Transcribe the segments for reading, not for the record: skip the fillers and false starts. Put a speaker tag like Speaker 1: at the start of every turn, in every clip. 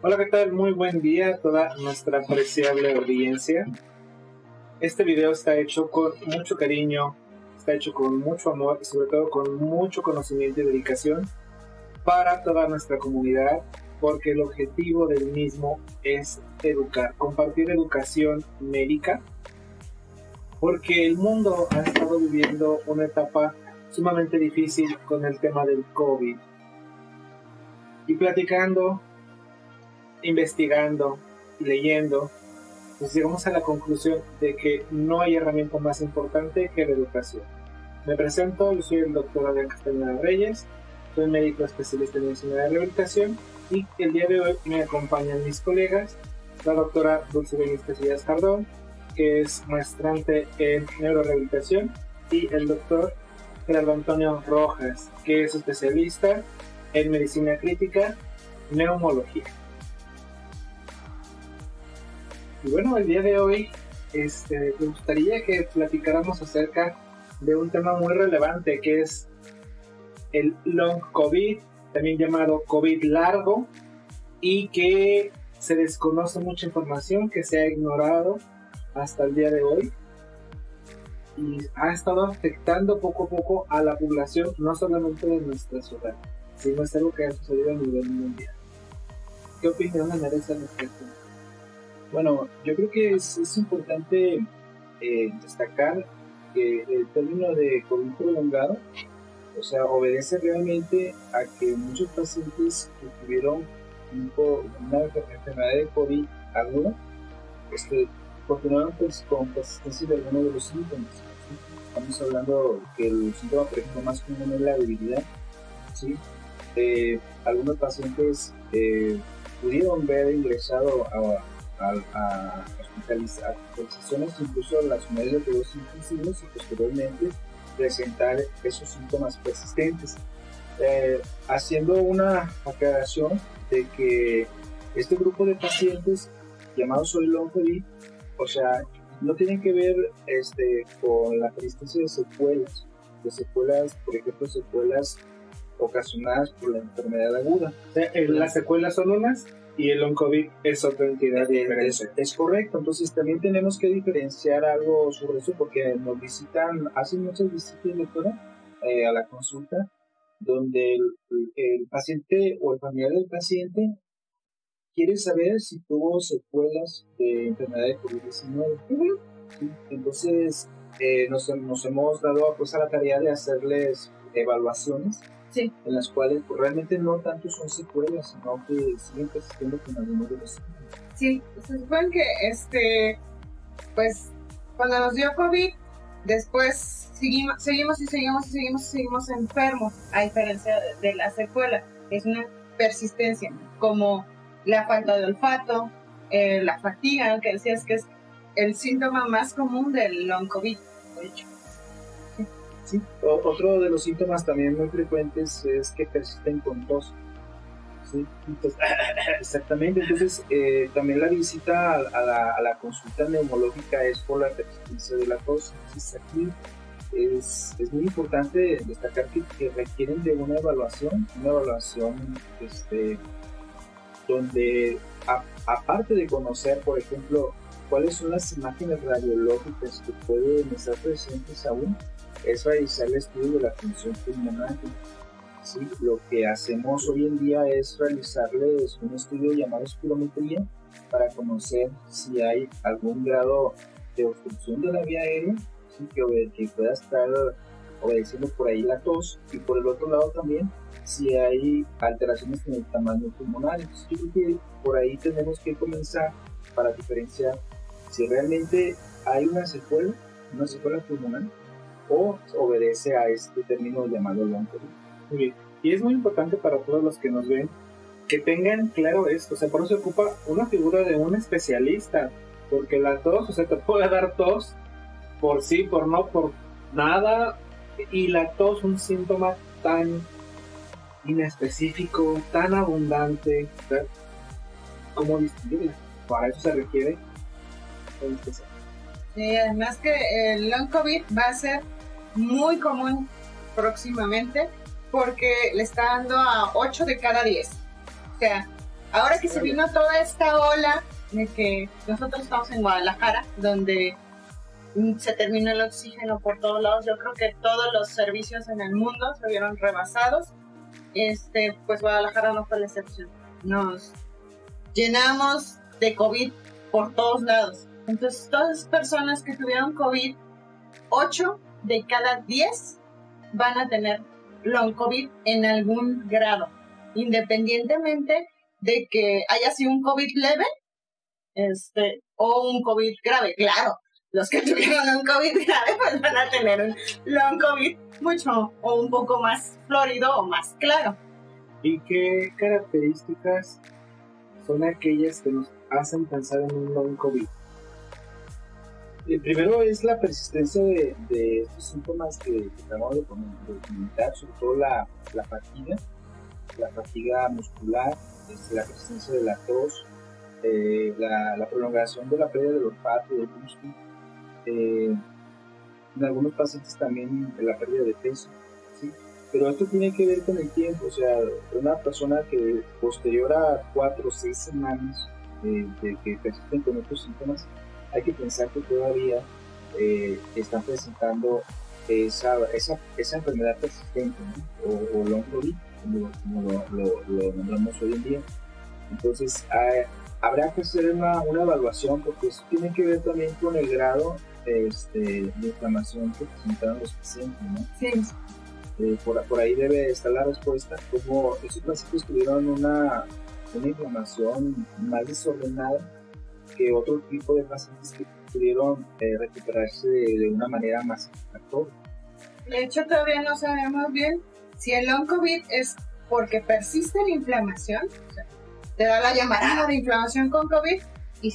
Speaker 1: Hola, ¿qué tal? Muy buen día a toda nuestra apreciable audiencia. Este video está hecho con mucho cariño, está hecho con mucho amor y sobre todo con mucho conocimiento y dedicación para toda nuestra comunidad, porque el objetivo del mismo es educar, compartir educación médica, porque el mundo ha estado viviendo una etapa sumamente difícil con el tema del COVID. Y platicando, investigando y leyendo, pues llegamos a la conclusión de que no hay herramienta más importante que la educación. Me presento, yo soy el doctor Adrián Castañeda Reyes, soy médico especialista en medicina de rehabilitación y el día de hoy me acompañan mis colegas, la doctora Dulce Benis Casillas Jardón, que es maestrante en neurorehabilitación, y el doctor Gerardo Antonio Rojas, que es especialista en medicina crítica y neumología. Y bueno, el día de hoy me gustaría que platicáramos acerca de un tema muy relevante, que es el long COVID, también llamado COVID largo, y que se desconoce mucha información, que se ha ignorado hasta el día de hoy y ha estado afectando poco a poco a la población, no solamente de nuestra ciudad, sino es algo que ha sucedido a nivel mundial. ¿Qué opinión me merece al respecto?
Speaker 2: Bueno, yo creo que es importante destacar que el término de COVID prolongado, o sea, obedece realmente a que muchos pacientes que tuvieron una enfermedad de COVID aguda, continuaron con persistencia de algunos de los síntomas. ¿Sí? Estamos hablando que el síntoma, por ejemplo, más común es la debilidad. ¿Sí? Algunos pacientes pudieron ver ingresado a hospitalizaciones, incluso las unidades de cuidados intensivos, y posteriormente presentar esos síntomas persistentes. Haciendo una aclaración de que este grupo de pacientes llamados hoy long COVID, o sea, no tienen que ver con la persistencia de secuelas, por ejemplo, secuelas ocasionadas por la enfermedad aguda.
Speaker 1: O sea, las secuelas son unas y el long COVID es otra entidad diferente.
Speaker 2: Es correcto, entonces también tenemos que diferenciar algo sobre eso, porque nos visitan, hacen muchas visitas, doctora, a la consulta, donde el paciente o el familiar del paciente quiere saber si tuvo secuelas de enfermedad de COVID-19. ¿Sí? Entonces nos hemos dado pues a la tarea de hacerles evaluaciones, sí, en las cuales pues, realmente no tanto son secuelas, sino que siguen persistiendo con algunos de los síntomas.
Speaker 3: Sí, se supone que pues cuando nos dio COVID, después seguimos enfermos, a diferencia de la secuela, es una persistencia, como la falta de olfato, la fatiga, que decías que es el síntoma más común del long COVID, de hecho.
Speaker 2: Sí. Otro de los síntomas también muy frecuentes es que persisten con tos. ¿Sí? Entonces, exactamente, entonces también la visita a la consulta neumológica es por la persistencia de la tos. Entonces aquí es muy importante destacar que requieren de una evaluación donde aparte de conocer, por ejemplo, cuáles son las imágenes radiológicas que pueden estar presentes aún, es realizar el estudio de la función pulmonar. ¿Sí? Lo que hacemos hoy en día es realizarles un estudio llamado espirometría para conocer si hay algún grado de obstrucción de la vía aérea, ¿sí? que pueda estar obedeciendo por ahí la tos, y por el otro lado también si hay alteraciones en el tamaño pulmonar. Entonces yo creo que por ahí tenemos que comenzar para diferenciar si realmente hay una secuela pulmonar o obedece a este término llamado long COVID.
Speaker 1: Muy bien. Y es muy importante para todos los que nos ven que tengan claro esto. O sea, por eso se ocupa una figura de un especialista, porque la tos, o sea, te puede dar tos por sí, por no, por nada, y la tos un síntoma tan inespecífico, tan abundante, ¿verdad? ¿Cómo distinguirla? Para eso se requiere un especialista.
Speaker 3: Y además que el long COVID va a ser muy común próximamente, porque le está dando a 8 de cada 10. O sea, ahora que se vino toda esta ola de que nosotros estamos en Guadalajara, donde se terminó el oxígeno por todos lados, yo creo que todos los servicios en el mundo se vieron rebasados, pues Guadalajara no fue la excepción. Nos llenamos de COVID por todos lados. Entonces, todas las personas que tuvieron COVID, 8 de cada 10 van a tener long COVID en algún grado, independientemente de que haya sido un COVID leve o un COVID grave. Claro, los que tuvieron un COVID grave pues van a tener un long COVID mucho o un poco más florido o más claro.
Speaker 1: ¿Y qué características son aquellas que nos hacen pensar en un long COVID?
Speaker 2: Primero es la persistencia de estos síntomas que acabamos de comentar, sobre todo la fatiga muscular, la persistencia de la tos, la prolongación de la pérdida del olfato, del gusto, en algunos pacientes también la pérdida de peso, ¿sí? Pero esto tiene que ver con el tiempo, o sea, una persona que posterior a 4 o 6 semanas de que persisten con estos síntomas, hay que pensar que todavía están presentando esa enfermedad persistente, ¿no? o long COVID, como lo nombramos hoy en día. Entonces, habrá que hacer una evaluación, porque eso tiene que ver también con el grado de inflamación que presentaron los pacientes, ¿no?
Speaker 3: Sí.
Speaker 2: Por ahí debe estar la respuesta, como esos pacientes tuvieron una inflamación más desordenada que otro tipo de pacientes que pudieron recuperarse de una manera más satisfactoria.
Speaker 3: De hecho, todavía no sabemos bien si el long COVID es porque persiste la inflamación, o sea, te da la llamarada de inflamación con COVID y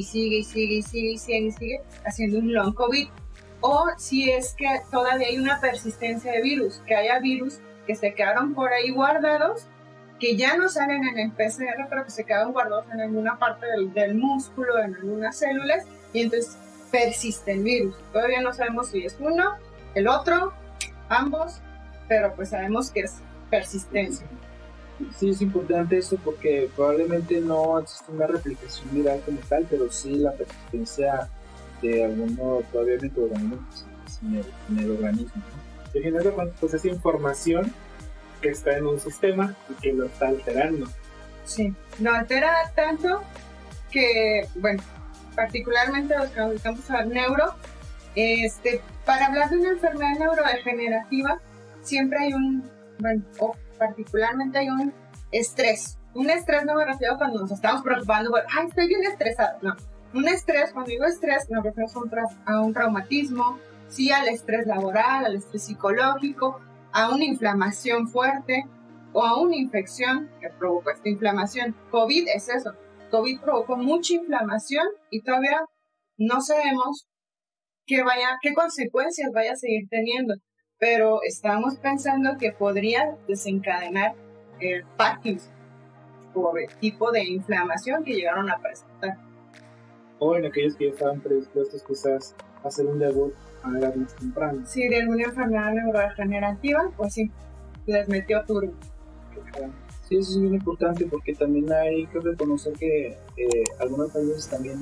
Speaker 3: sigue haciendo un long COVID, o si es que todavía hay una persistencia de virus, que haya virus que se quedaron por ahí guardados, que ya no salen en el PCR, pero que se quedan guardados en alguna parte del músculo, en algunas células, y entonces persiste el virus. Todavía no sabemos si es uno, el otro, ambos, pero pues sabemos que es persistencia.
Speaker 2: Sí, es importante eso porque probablemente no existe una replicación viral como tal, pero sí la persistencia de alguno todavía microorganismos en el organismo, ¿no?
Speaker 1: Y generalmente, pues es información que está en un sistema y que lo está alterando.
Speaker 3: Sí, lo altera tanto que, bueno, particularmente los que nos dedicamos a neuro, para hablar de una enfermedad neurodegenerativa, siempre hay particularmente hay un estrés. Un estrés no me refiero cuando nos estamos preocupando por, ay, estoy bien estresado. No, un estrés, cuando digo estrés, me refiero a un traumatismo, sí, al estrés laboral, al estrés psicológico, a una inflamación fuerte o a una infección que provocó esta inflamación. COVID es eso. COVID provocó mucha inflamación y todavía no sabemos qué consecuencias vaya a seguir teniendo, pero estamos pensando que podría desencadenar el Parkinson por el tipo de inflamación que llegaron a presentar.
Speaker 1: O en aquellos que ya estaban predispuestos quizás a hacer un debut a edad más temprana.
Speaker 3: Sí, de alguna enfermedad neurodegenerativa, pues sí, les metió turbo.
Speaker 2: Sí, eso es muy importante porque también hay que reconocer que algunos países también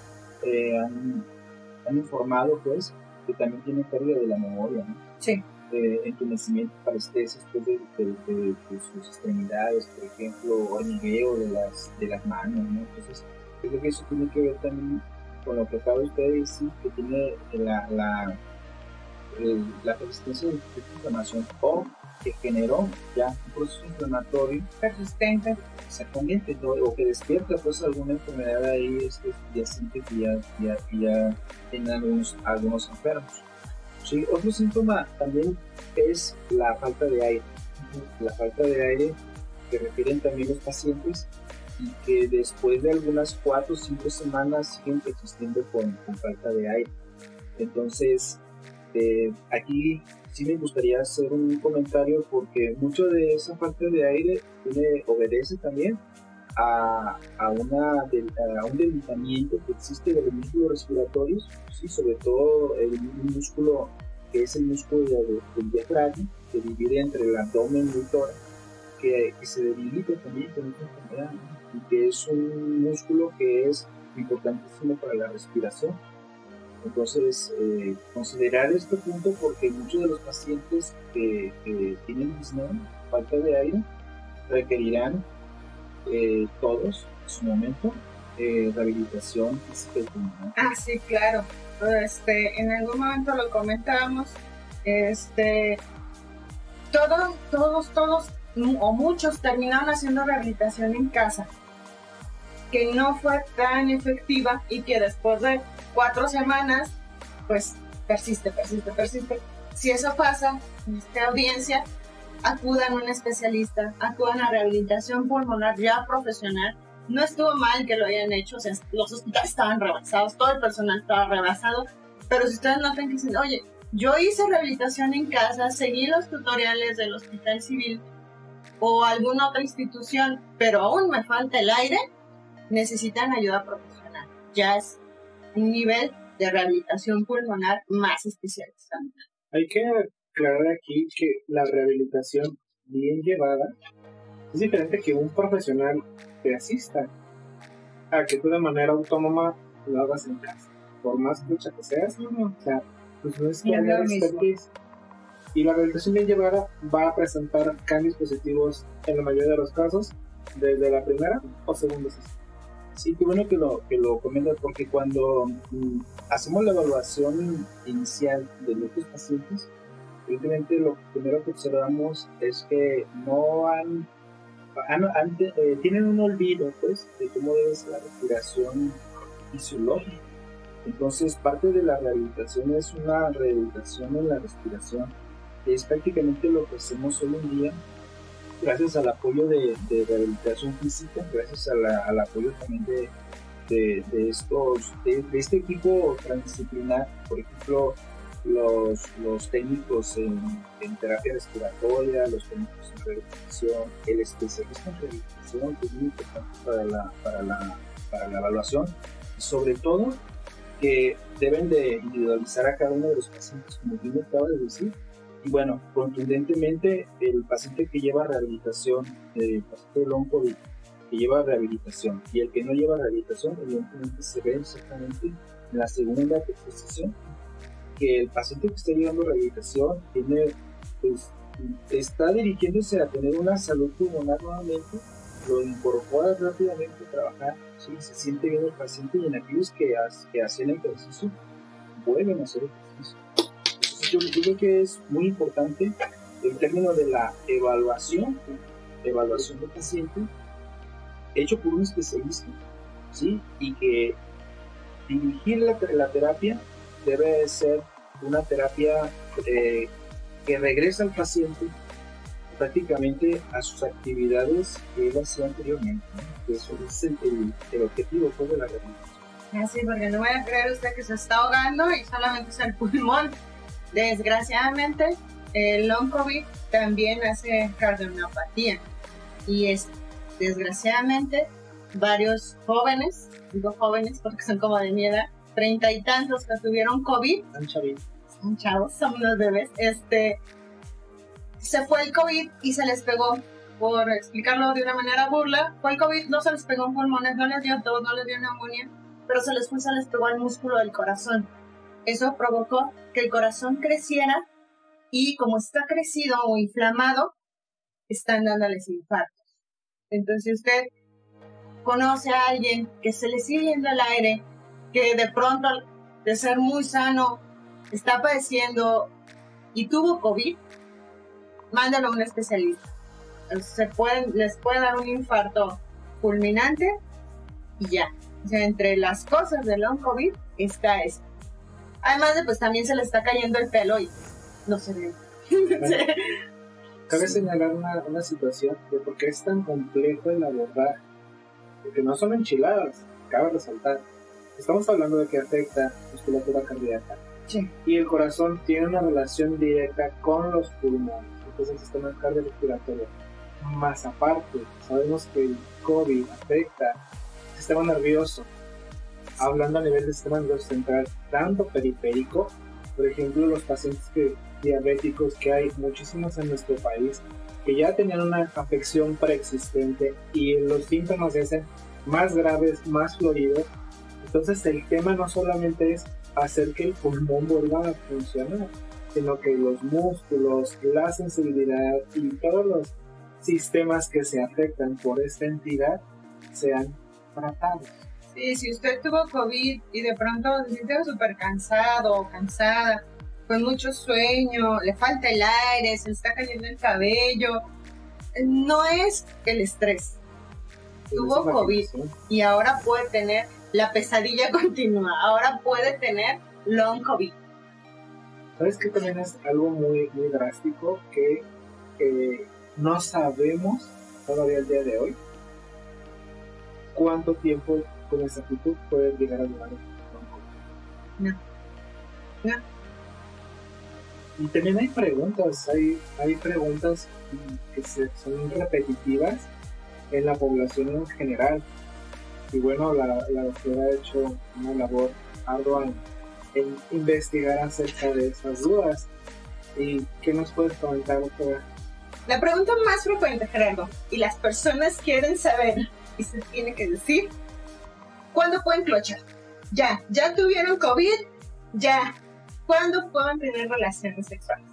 Speaker 2: han informado pues que también tienen pérdida de la memoria, ¿no?
Speaker 3: Sí.
Speaker 2: Entumecimiento, parestesia después de sus extremidades, por ejemplo, hormigueo de las manos, ¿no? Entonces, creo que eso tiene que ver también con lo que acaba usted de decir, que tiene la persistencia de inflamación o que generó ya un proceso inflamatorio
Speaker 3: persistente,
Speaker 2: exactamente, ¿no? O que despierta pues alguna enfermedad ahí subyacente que ya tienen algunos enfermos. Sí, otro síntoma también es la falta de aire. La falta de aire que refieren también los pacientes y que después de algunas 4 o 5 semanas siguen persistiendo con falta de aire. Entonces, aquí sí me gustaría hacer un comentario porque mucho de esa falta de aire obedece también a un debilitamiento que existe de los músculos respiratorios, ¿sí? Sobre todo el músculo que es el músculo del diafragma, que divide entre el abdomen y el tórax, que se debilita también con esta enfermedad. y que es un músculo que es importantísimo para la respiración. Entonces, considerar este punto, porque muchos de los pacientes que tienen disnea, falta de aire, requerirán todos en su momento rehabilitación física y pulmonar.
Speaker 3: Ah, sí, claro. En algún momento lo comentábamos. Todos o muchos terminaron haciendo rehabilitación en casa, que no fue tan efectiva y que después de 4 semanas, pues persiste. Si eso pasa en esta audiencia, acudan a un especialista, acudan a rehabilitación pulmonar ya profesional. No estuvo mal que lo hayan hecho, o sea, los hospitales estaban rebasados, todo el personal estaba rebasado, pero si ustedes notan que dicen, oye, yo hice rehabilitación en casa, seguí los tutoriales del Hospital Civil o alguna otra institución, pero aún me falta el aire, necesitan ayuda profesional. Ya es un nivel de rehabilitación pulmonar más especializado.
Speaker 1: Hay que aclarar aquí que la rehabilitación bien llevada es diferente que un profesional te asista a que tú de manera autónoma lo hagas en casa, por más lucha que seas. O sea, pues no es tu área de expertise. Y la rehabilitación bien llevada va a presentar cambios positivos en la mayoría de los casos desde la primera o segunda sesión.
Speaker 2: Sí, qué bueno que lo comentas, porque cuando hacemos la evaluación inicial de nuestros pacientes, evidentemente lo primero que observamos es que tienen un olvido, pues, de cómo debe ser la respiración fisiológica. Entonces, parte de la rehabilitación es una rehabilitación en la respiración, que es prácticamente lo que hacemos hoy en día, gracias al apoyo de rehabilitación física, gracias al apoyo también de este equipo transdisciplinar. Por ejemplo, los técnicos en terapia respiratoria, los técnicos en rehabilitación, el especialista en rehabilitación, que es muy importante para la evaluación, y sobre todo que deben de individualizar a cada uno de los pacientes, como bien acaba de decir. Y bueno, contundentemente, el paciente que lleva rehabilitación, el paciente de long COVID que lleva rehabilitación, y el que no lleva rehabilitación, evidentemente se ve exactamente en la segunda sesión, que el paciente que está llevando rehabilitación está dirigiéndose a tener una salud pulmonar nuevamente, lo incorpora rápidamente a trabajar, ¿sí? Se siente bien el paciente, y en aquellos que hacen ejercicio, vuelven a hacer ejercicio. Entonces yo creo que es muy importante el término de la evaluación del paciente, hecho por un especialista, ¿sí? Y que dirigir la terapia debe ser una terapia que regresa al paciente prácticamente a sus actividades que él hacía anteriormente, ¿no? Eso es el objetivo de la rehabilitación.
Speaker 3: Así, porque no vaya a creer usted que se está ahogando y solamente es el pulmón. Desgraciadamente, el long COVID también hace cardiomiopatía, y desgraciadamente varios jóvenes, digo jóvenes porque son como de mi edad, 30 y tantos que tuvieron COVID, son chavos, son unos bebés, se fue el COVID y se les pegó, por explicarlo de una manera burla, fue el COVID, no se les pegó en pulmones, no les dio tos, no les dio neumonía, pero se les pegó al músculo del corazón. Eso provocó que el corazón creciera, y como está crecido o inflamado, están dándoles infartos. Entonces, si usted conoce a alguien que se le sigue yendo el aire, que de pronto, de ser muy sano, está padeciendo y tuvo COVID, mándalo a un especialista. Les puede dar un infarto fulminante y ya. O sea, entre las cosas del long COVID está eso. Además de, pues también se le está cayendo el pelo y no se ve.
Speaker 1: Cabe señalar una situación de por qué es tan complejo el abordar, porque no son enchiladas, cabe resaltar. Estamos hablando de que afecta musculatura cardíaca.
Speaker 3: Sí.
Speaker 1: Y el corazón tiene una relación directa con los pulmones, entonces el sistema cardiorrespiratorio. Más aparte, sabemos que el COVID afecta el sistema nervioso, hablando a nivel del sistema nervioso central, tanto periférico, por ejemplo, los pacientes diabéticos, que hay muchísimos en nuestro país, que ya tenían una afección preexistente y los síntomas se hacen más graves, más floridos. Entonces el tema no solamente es hacer que el pulmón vuelva a funcionar, sino que los músculos, la sensibilidad y todos los sistemas que se afectan por esta entidad sean tratados.
Speaker 3: Sí, si usted tuvo COVID y de pronto se siente súper cansado o cansada, con mucho sueño, le falta el aire, se le está cayendo el cabello, no es el estrés. Tuvo COVID y ahora puede tener la pesadilla continua, ahora puede tener long COVID.
Speaker 1: ¿Sabes qué también es algo muy, muy drástico que no sabemos todavía el día de hoy? ¿Cuánto tiempo con exactitud puede llegar a durar el long COVID?
Speaker 3: No.
Speaker 1: Y también hay preguntas, hay preguntas que son repetitivas en la población en general. Y bueno, la doctora ha hecho una labor ardua en investigar acerca de esas dudas. ¿Y qué nos puedes comentar, doctora?
Speaker 3: La pregunta más frecuente, Gerardo, y las personas quieren saber, y se tiene que decir, ¿cuándo pueden clochar? Ya tuvieron COVID, ya. ¿Cuándo pueden tener relaciones sexuales?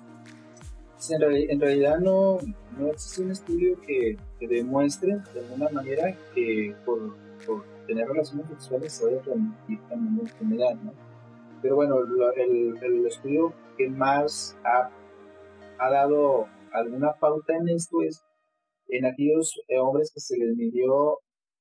Speaker 2: En realidad no existe un estudio que demuestre de alguna manera que por tener relaciones sexuales se vaya a transmitir también la enfermedad, ¿no? Pero bueno, el estudio que más ha dado alguna pauta en esto es en aquellos hombres que se les midió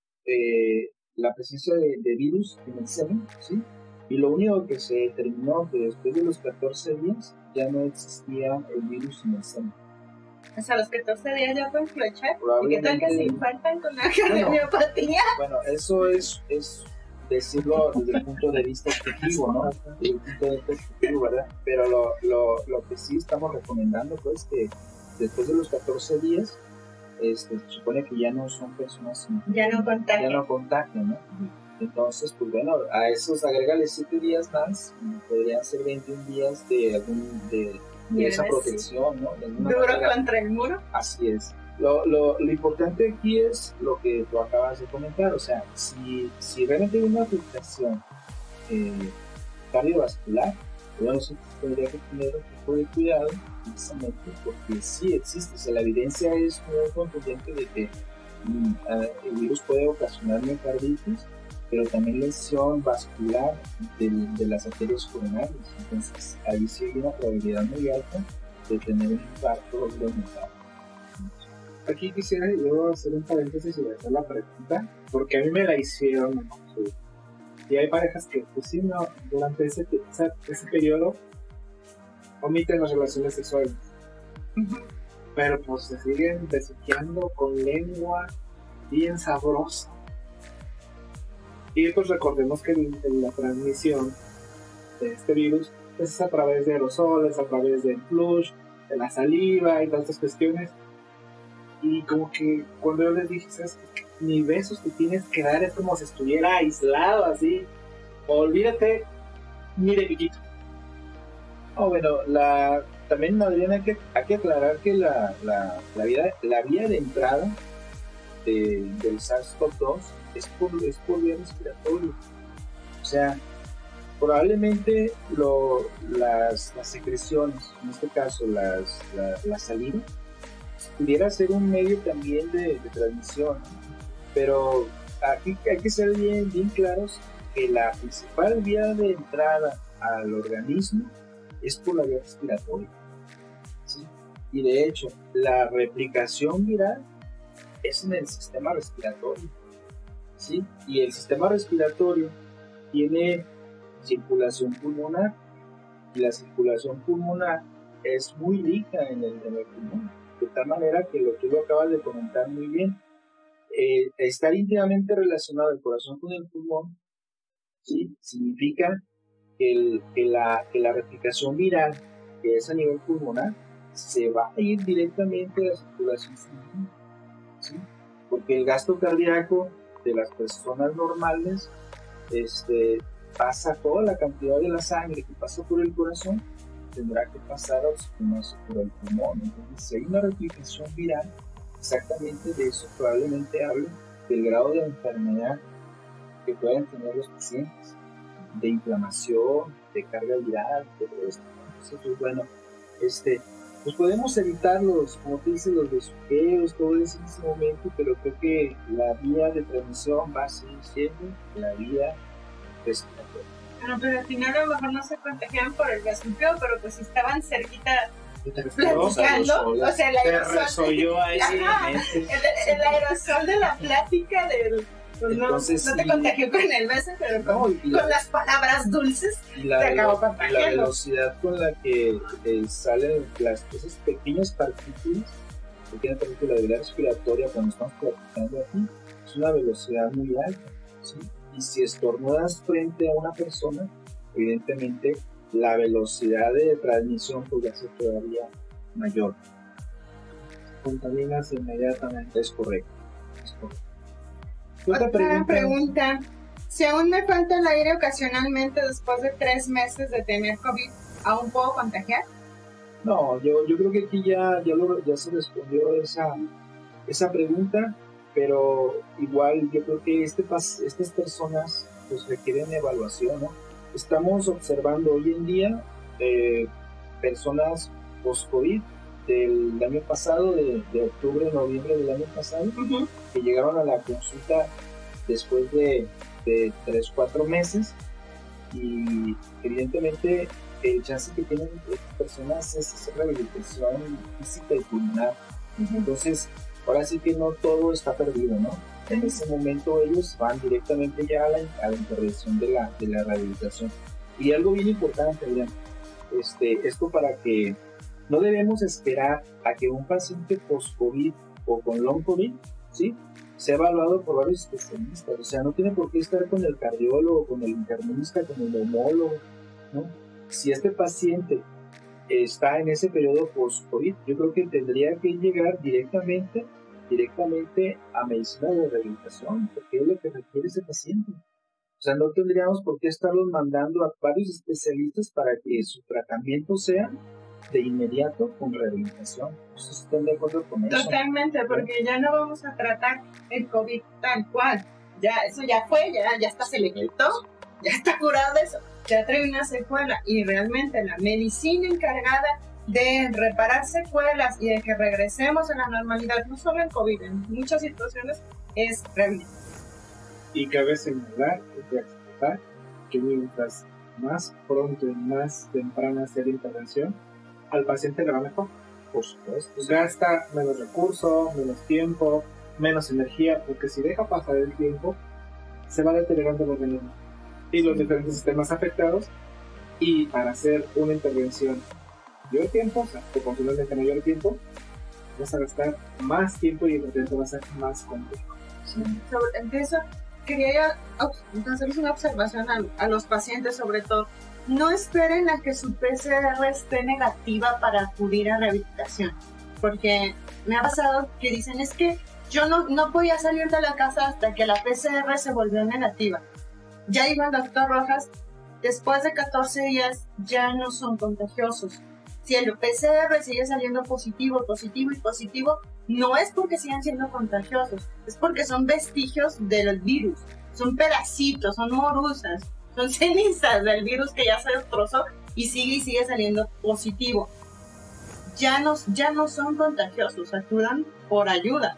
Speaker 2: la presencia de virus en el semen, ¿sí? Y lo único que se determinó que después de los 14 días ya no existía el virus en el semen.
Speaker 3: O sea, a los 14 días ya pueden clochar. ¿Y qué tal
Speaker 2: Probablemente.
Speaker 3: que se infartan con la cardiopatía?
Speaker 2: Bueno, eso es decirlo desde el punto de vista objetivo, ¿no? Desde el punto de vista objetivo, ¿verdad? Pero lo que sí estamos recomendando, pues, que después de los 14 días, se supone que ya no son personas...
Speaker 3: Ya no contagian.
Speaker 2: ¿no? Entonces, pues bueno, a esos agrégale 7 días más, podrían ser 21 días de esa protección, ¿no?
Speaker 3: Duro contra el muro.
Speaker 2: Así es. Lo importante aquí es lo que tú acabas de comentar, o sea, si realmente hay una afectación cardiovascular, bueno, sí tendría que tener un poco de cuidado, precisamente porque sí existe, o sea, la evidencia es muy contundente de que el virus puede ocasionar miocarditis, pero también lesión vascular de las arterias coronarias. Entonces, ahí sí hay una probabilidad muy alta de tener un infarto mental.
Speaker 1: Aquí quisiera yo hacer un paréntesis y hacer la pregunta, porque a mí me la hicieron, ¿no? Sí. Y hay parejas que, pues sí, no, durante ese periodo omiten las relaciones sexuales. Pero pues se siguen besuqueando con lengua bien sabrosa. Y pues recordemos que la transmisión de este virus es a través de aerosoles, a través del flush, de la saliva y todas estas cuestiones. Y como que cuando yo les dije, ¿sabes qué? Ni besos te tienes que dar, es como si estuviera aislado así. Olvídate, ni de piquito.
Speaker 2: Bueno, también Adriana, hay que aclarar que la vía de entrada del SARS-CoV-2 es por vía respiratoria. O sea, probablemente las secreciones, en este caso la saliva, pudiera ser un medio también de transmisión, pero aquí hay que ser bien claros que la principal vía de entrada al organismo es por la vía respiratoria, ¿sí? Y de hecho la replicación viral es en el sistema respiratorio, ¿sí? Y el sistema respiratorio tiene circulación pulmonar, y la circulación pulmonar es muy rica en el pulmón, de tal manera que tú lo acabas de comentar muy bien, estar íntimamente relacionado el corazón con el pulmón, ¿sí? Significa que la replicación viral, que es a nivel pulmonar, se va a ir directamente a la circulación sanguínea, ¿sí? Porque el gasto cardíaco de las personas normales pasa toda la cantidad de la sangre que pasa por el corazón, tendrá que pasar a oxigenarse por el pulmón. Entonces, si hay una replicación viral, exactamente de eso probablemente hable del grado de enfermedad que pueden tener los pacientes, de inflamación, de carga viral, de todo esto. Entonces, pues bueno, pues podemos evitar como te dice, los besuqueos, todo eso en ese momento, pero creo que la vía de transmisión va a seguir siendo la vía respiratoria.
Speaker 3: Bueno, pero al final a lo mejor no se contagiaban por el besuqueo, pero pues si estaban cerquita platicando, o sea, el aerosol, el aerosol de la plática del... Pues entonces, no te contagió con el beso, pero con las palabras dulces te acabó contagiando.
Speaker 2: La velocidad con la que salen esas pequeñas partículas, la vía respiratoria cuando estamos platicando aquí, es una velocidad muy alta, ¿sí? Y si estornudas frente a una persona, evidentemente la velocidad de transmisión podría ser todavía mayor.
Speaker 1: Contaminas inmediatamente.
Speaker 2: Es correcto.
Speaker 3: Otra pregunta. Si aún me falta el aire ocasionalmente después de 3 meses de tener COVID, ¿aún puedo contagiar?
Speaker 2: No, yo creo que aquí ya se respondió esa pregunta, pero igual yo creo que estas personas pues requieren evaluación, ¿no? Estamos observando hoy en día personas post-COVID del año pasado, de octubre, noviembre del año pasado, que llegaron a la consulta después de 3-4 meses, y evidentemente el chance que tienen estas personas es hacer rehabilitación física y pulmonar. Entonces, ahora sí que no todo está perdido, ¿no? En ese momento ellos van directamente ya a la intervención de la rehabilitación. Y algo bien importante, Adrián, esto para que no debemos esperar a que un paciente post-COVID o con long COVID, ¿sí?, sea evaluado por varios especialistas. O sea, no tiene por qué estar con el cardiólogo, con el internista, con el neumólogo, ¿no? Si este paciente está en ese periodo post-COVID, yo creo que tendría que llegar directamente a medicina de rehabilitación, porque es lo que requiere ese paciente. O sea, no tendríamos por qué estarlos mandando a varios especialistas para que su tratamiento sea de inmediato con rehabilitación. ¿Están de acuerdo con eso?
Speaker 3: Totalmente, porque ya no vamos a tratar el COVID tal cual. Ya, eso ya fue, ya está, se le quitó, ya está curado de eso, ya trae una secuela, y realmente la medicina encargada de reparar secuelas y de que regresemos a la normalidad, no solo en COVID, en muchas situaciones, es rehabilitación.
Speaker 1: Y cabe señalar y explicar que mientras más pronto y más temprana sea la intervención, al paciente le va mejor.
Speaker 2: Por supuesto.
Speaker 1: Gasta menos recursos, menos tiempo, menos energía, porque si deja pasar el tiempo, se va deteriorando el organismo y los diferentes sistemas afectados, y para hacer una intervención mayor tiempo, o sea, proporcionalmente mayor tiempo, vas a gastar más tiempo y el tratamiento va a ser más complejo.
Speaker 3: Sí. Sobre eso, quería hacerles una observación a los pacientes, sobre todo. No esperen a que su PCR esté negativa para acudir a rehabilitación, porque me ha pasado que dicen, es que yo no podía salir de la casa hasta que la PCR se volvió negativa. Ya dijo el doctor Rojas, después de 14 días ya no son contagiosos. Si el PCR sigue saliendo positivo, no es porque sigan siendo contagiosos, es porque son vestigios del virus, son pedacitos, son morusas, son cenizas del virus que ya se destrozó y sigue saliendo positivo. Ya no son contagiosos, acudan por ayuda.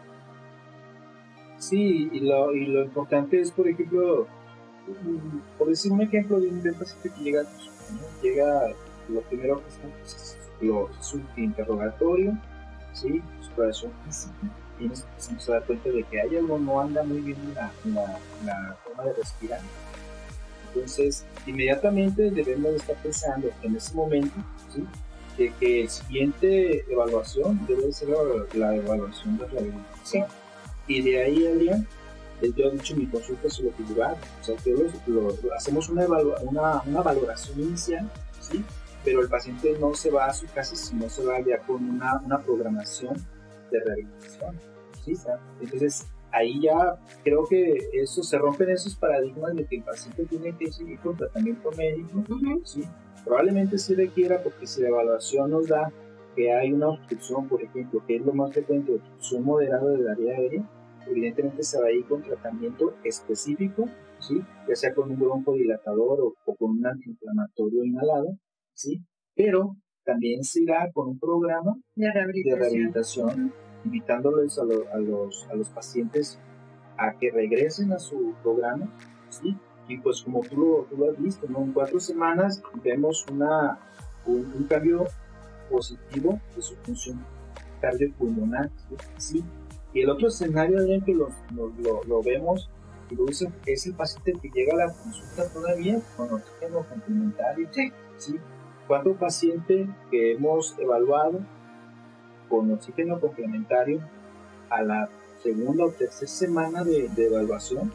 Speaker 2: Sí, y lo importante es, por ejemplo, por decir un ejemplo de un paciente que llega, lo primero que es su interrogatorio, ¿sí?, su exploración física, y nos empezamos a dar cuenta de que hay algo no anda muy bien en la forma de respirar. Entonces, inmediatamente debemos estar pensando en ese momento, ¿sí?, de que el siguiente evaluación debe ser la evaluación de rehabilitación. Y de ahí, Adrián, yo he dicho, mi consulta es lo que llevar. O sea, que hacemos una valoración inicial, ¿sí?, pero el paciente no se va a su casa, sino se va ya con una programación de rehabilitación, ¿sí? Entonces, ahí ya creo que eso se rompen esos paradigmas de que el paciente tiene que seguir con tratamiento médico, ¿sí? Probablemente sí requiera, porque si la evaluación nos da que hay una obstrucción, por ejemplo, que es lo más frecuente, obstrucción moderada del área aérea, evidentemente se va a ir con tratamiento específico, ¿sí? Ya sea con un broncodilatador o con un antiinflamatorio inhalado, ¿sí? Pero también se irá con un programa
Speaker 3: de
Speaker 2: rehabilitación, invitándoles a los pacientes a que regresen a su programa, ¿sí? Y pues como tú lo has visto, ¿no? En 4 semanas vemos un cambio positivo de su función cardiopulmonar, ¿sí? Y el otro escenario en que lo vemos y lo dicen, es el paciente que llega a la consulta todavía con oxígeno complementario, ¿sí? ¿Cuántos pacientes que hemos evaluado con oxígeno complementario a la segunda o tercera semana de evaluación,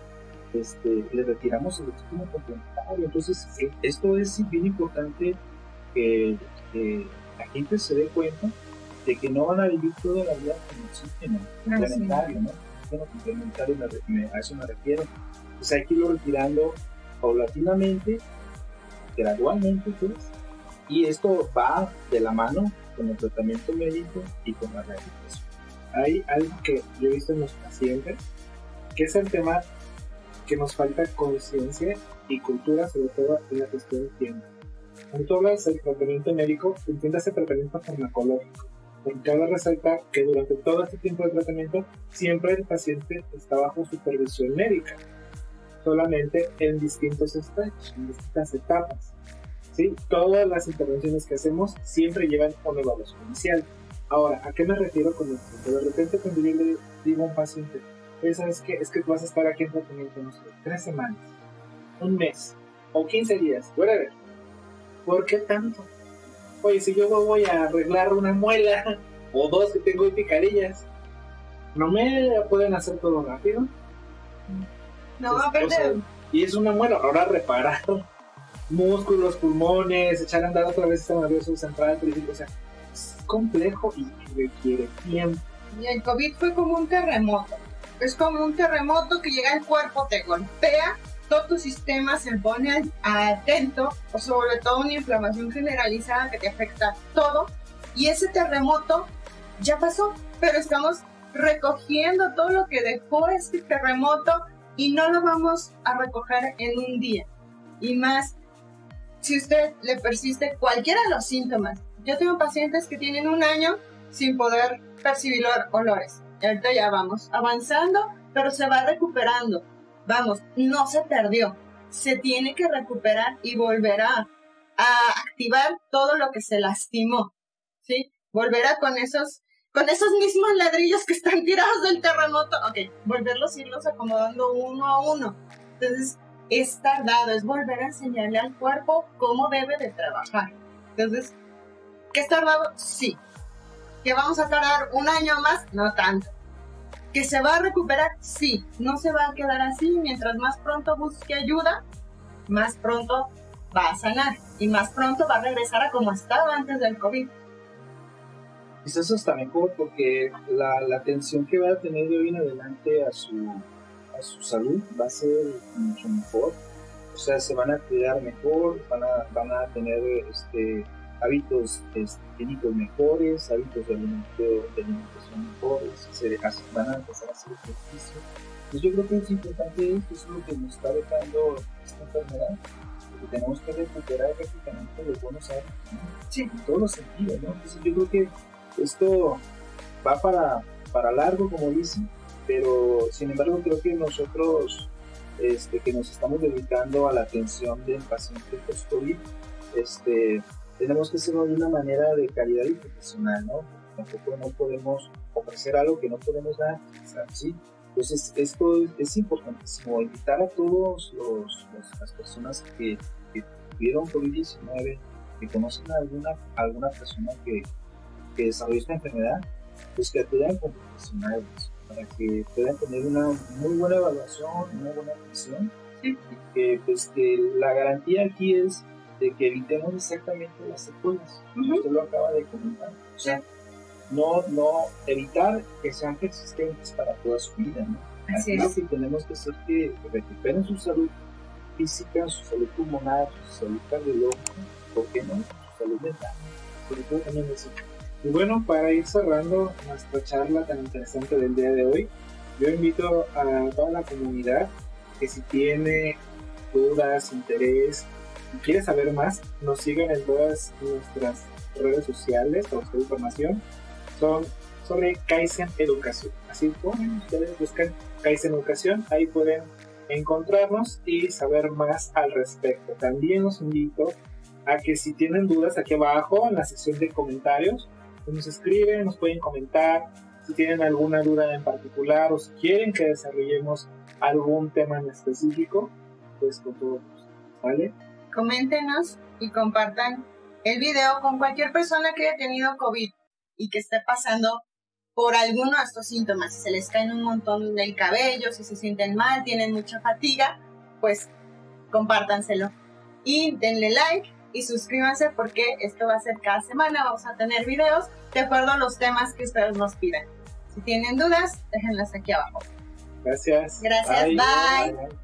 Speaker 2: le retiramos el oxígeno complementario? Entonces, esto es bien importante que la gente se dé cuenta de que no van a vivir toda la vida con oxígeno complementario, ¿no? Oxígeno complementario, a eso me refiero. Pues hay que irlo retirando paulatinamente, gradualmente, pues, y esto va de la mano con el tratamiento médico y con la rehabilitación.
Speaker 1: Hay algo que yo he visto en los pacientes, que es el tema que nos falta conciencia y cultura, sobre todo en la gestión del tiempo. Cuando tú hablas del tratamiento médico, entiendes el tratamiento farmacológico, porque cabe resaltar que durante todo este tiempo de tratamiento siempre el paciente está bajo supervisión médica, solamente en distintos estallos, en distintas etapas. ¿Sí? Todas las intervenciones que hacemos siempre llevan una evaluación inicial. Ahora, ¿a qué me refiero con esto? De repente cuando yo le digo a un paciente, ¿sabes qué? Es que tú vas a estar aquí en tratamiento, no sé, 3 semanas, un mes o 15 días, whatever. ¿Por qué tanto? Oye, si yo voy a arreglar una muela o 2 que tengo picadillas, ¿no me pueden hacer todo rápido?
Speaker 3: No, pero...
Speaker 1: Y es una muela, ahora reparar músculos, pulmones, echar a andar otra vez esta nervioso central, o sea, es complejo y requiere tiempo.
Speaker 3: Y el COVID fue como un terremoto. Es como un terremoto que llega al cuerpo, te golpea, todo tu sistema se pone atento, o sobre todo una inflamación generalizada que te afecta todo. Y ese terremoto ya pasó, pero estamos recogiendo todo lo que dejó este terremoto y no lo vamos a recoger en un día. Y más, si usted le persiste cualquiera de los síntomas. Yo tengo pacientes que tienen 1 año sin poder percibir olores. Ahorita ya vamos avanzando, pero se va recuperando. Vamos, no se perdió. Se tiene que recuperar y volver a activar todo lo que se lastimó, ¿sí? Volverá con esos mismos ladrillos que están tirados del terremoto. Ok, volverlos, irlos acomodando uno a uno. Entonces, es tardado, es volver a enseñarle al cuerpo cómo debe de trabajar. Entonces, ¿qué es tardado? Sí. ¿Que vamos a tardar 1 año más? No tanto. ¿Que se va a recuperar? Sí. No se va a quedar así. Mientras más pronto busque ayuda, más pronto va a sanar y más pronto va a regresar a como estaba antes del COVID.
Speaker 2: Quizás hasta mejor, porque la atención que va a tener de hoy en adelante a su salud va a ser mucho mejor. O sea, se van a cuidar mejor, van a tener hábitos clínicos mejores, hábitos de alimentación mejores, van a empezar a hacer ejercicio. Entonces yo creo que es importante esto, es lo que nos está dejando esta enfermedad, porque tenemos que recuperar prácticamente los buenos hábitos, ¿no? Sí, en todos los sentidos, ¿no? Entonces yo creo que esto va para largo, como dicen, pero sin embargo creo que nosotros que nos estamos dedicando a la atención del paciente post-COVID, tenemos que hacerlo de una manera de calidad y profesional, ¿no? Tampoco no podemos ofrecer algo que no podemos dar, ¿sí? Entonces esto es importantísimo, invitar a todos las personas que tuvieron COVID-19, que conocen a alguna persona que desarrolló esta enfermedad, pues que acudan con profesionales para que puedan tener una muy buena evaluación, una buena atención, y que pues que la garantía aquí es de que evitemos exactamente las secuelas. Usted lo acaba de comentar. O sea, no evitar que sean persistentes para toda su vida, ¿no?
Speaker 3: Así
Speaker 2: Aquí
Speaker 3: es.
Speaker 2: lo que tenemos que hacer es que recuperen su salud física, su salud pulmonar, su salud cardiológica, ¿por qué no? Su salud mental, sobre todo también eso.
Speaker 1: Y bueno, para ir cerrando nuestra charla tan interesante del día de hoy, yo invito a toda la comunidad que si tiene dudas, interés y quiere saber más, nos sigan en todas nuestras redes sociales para buscar información. Son sobre Kaizen Educación. Así como ustedes buscan Kaizen Educación, ahí pueden encontrarnos y saber más al respecto. También los invito a que si tienen dudas aquí abajo en la sección de comentarios, nos escriben, nos pueden comentar si tienen alguna duda en particular o si quieren que desarrollemos algún tema en específico, pues con todo gusto, ¿vale?
Speaker 3: Coméntenos y compartan el video con cualquier persona que haya tenido COVID y que esté pasando por alguno de estos síntomas. Si se les caen un montón del cabello, si se sienten mal, tienen mucha fatiga, pues compártanselo. Y denle like y suscríbanse porque esto va a ser cada semana. Vamos a tener videos de acuerdo a los temas que ustedes nos pidan. Si tienen dudas, déjenlas aquí abajo.
Speaker 1: Gracias.
Speaker 3: Gracias, bye.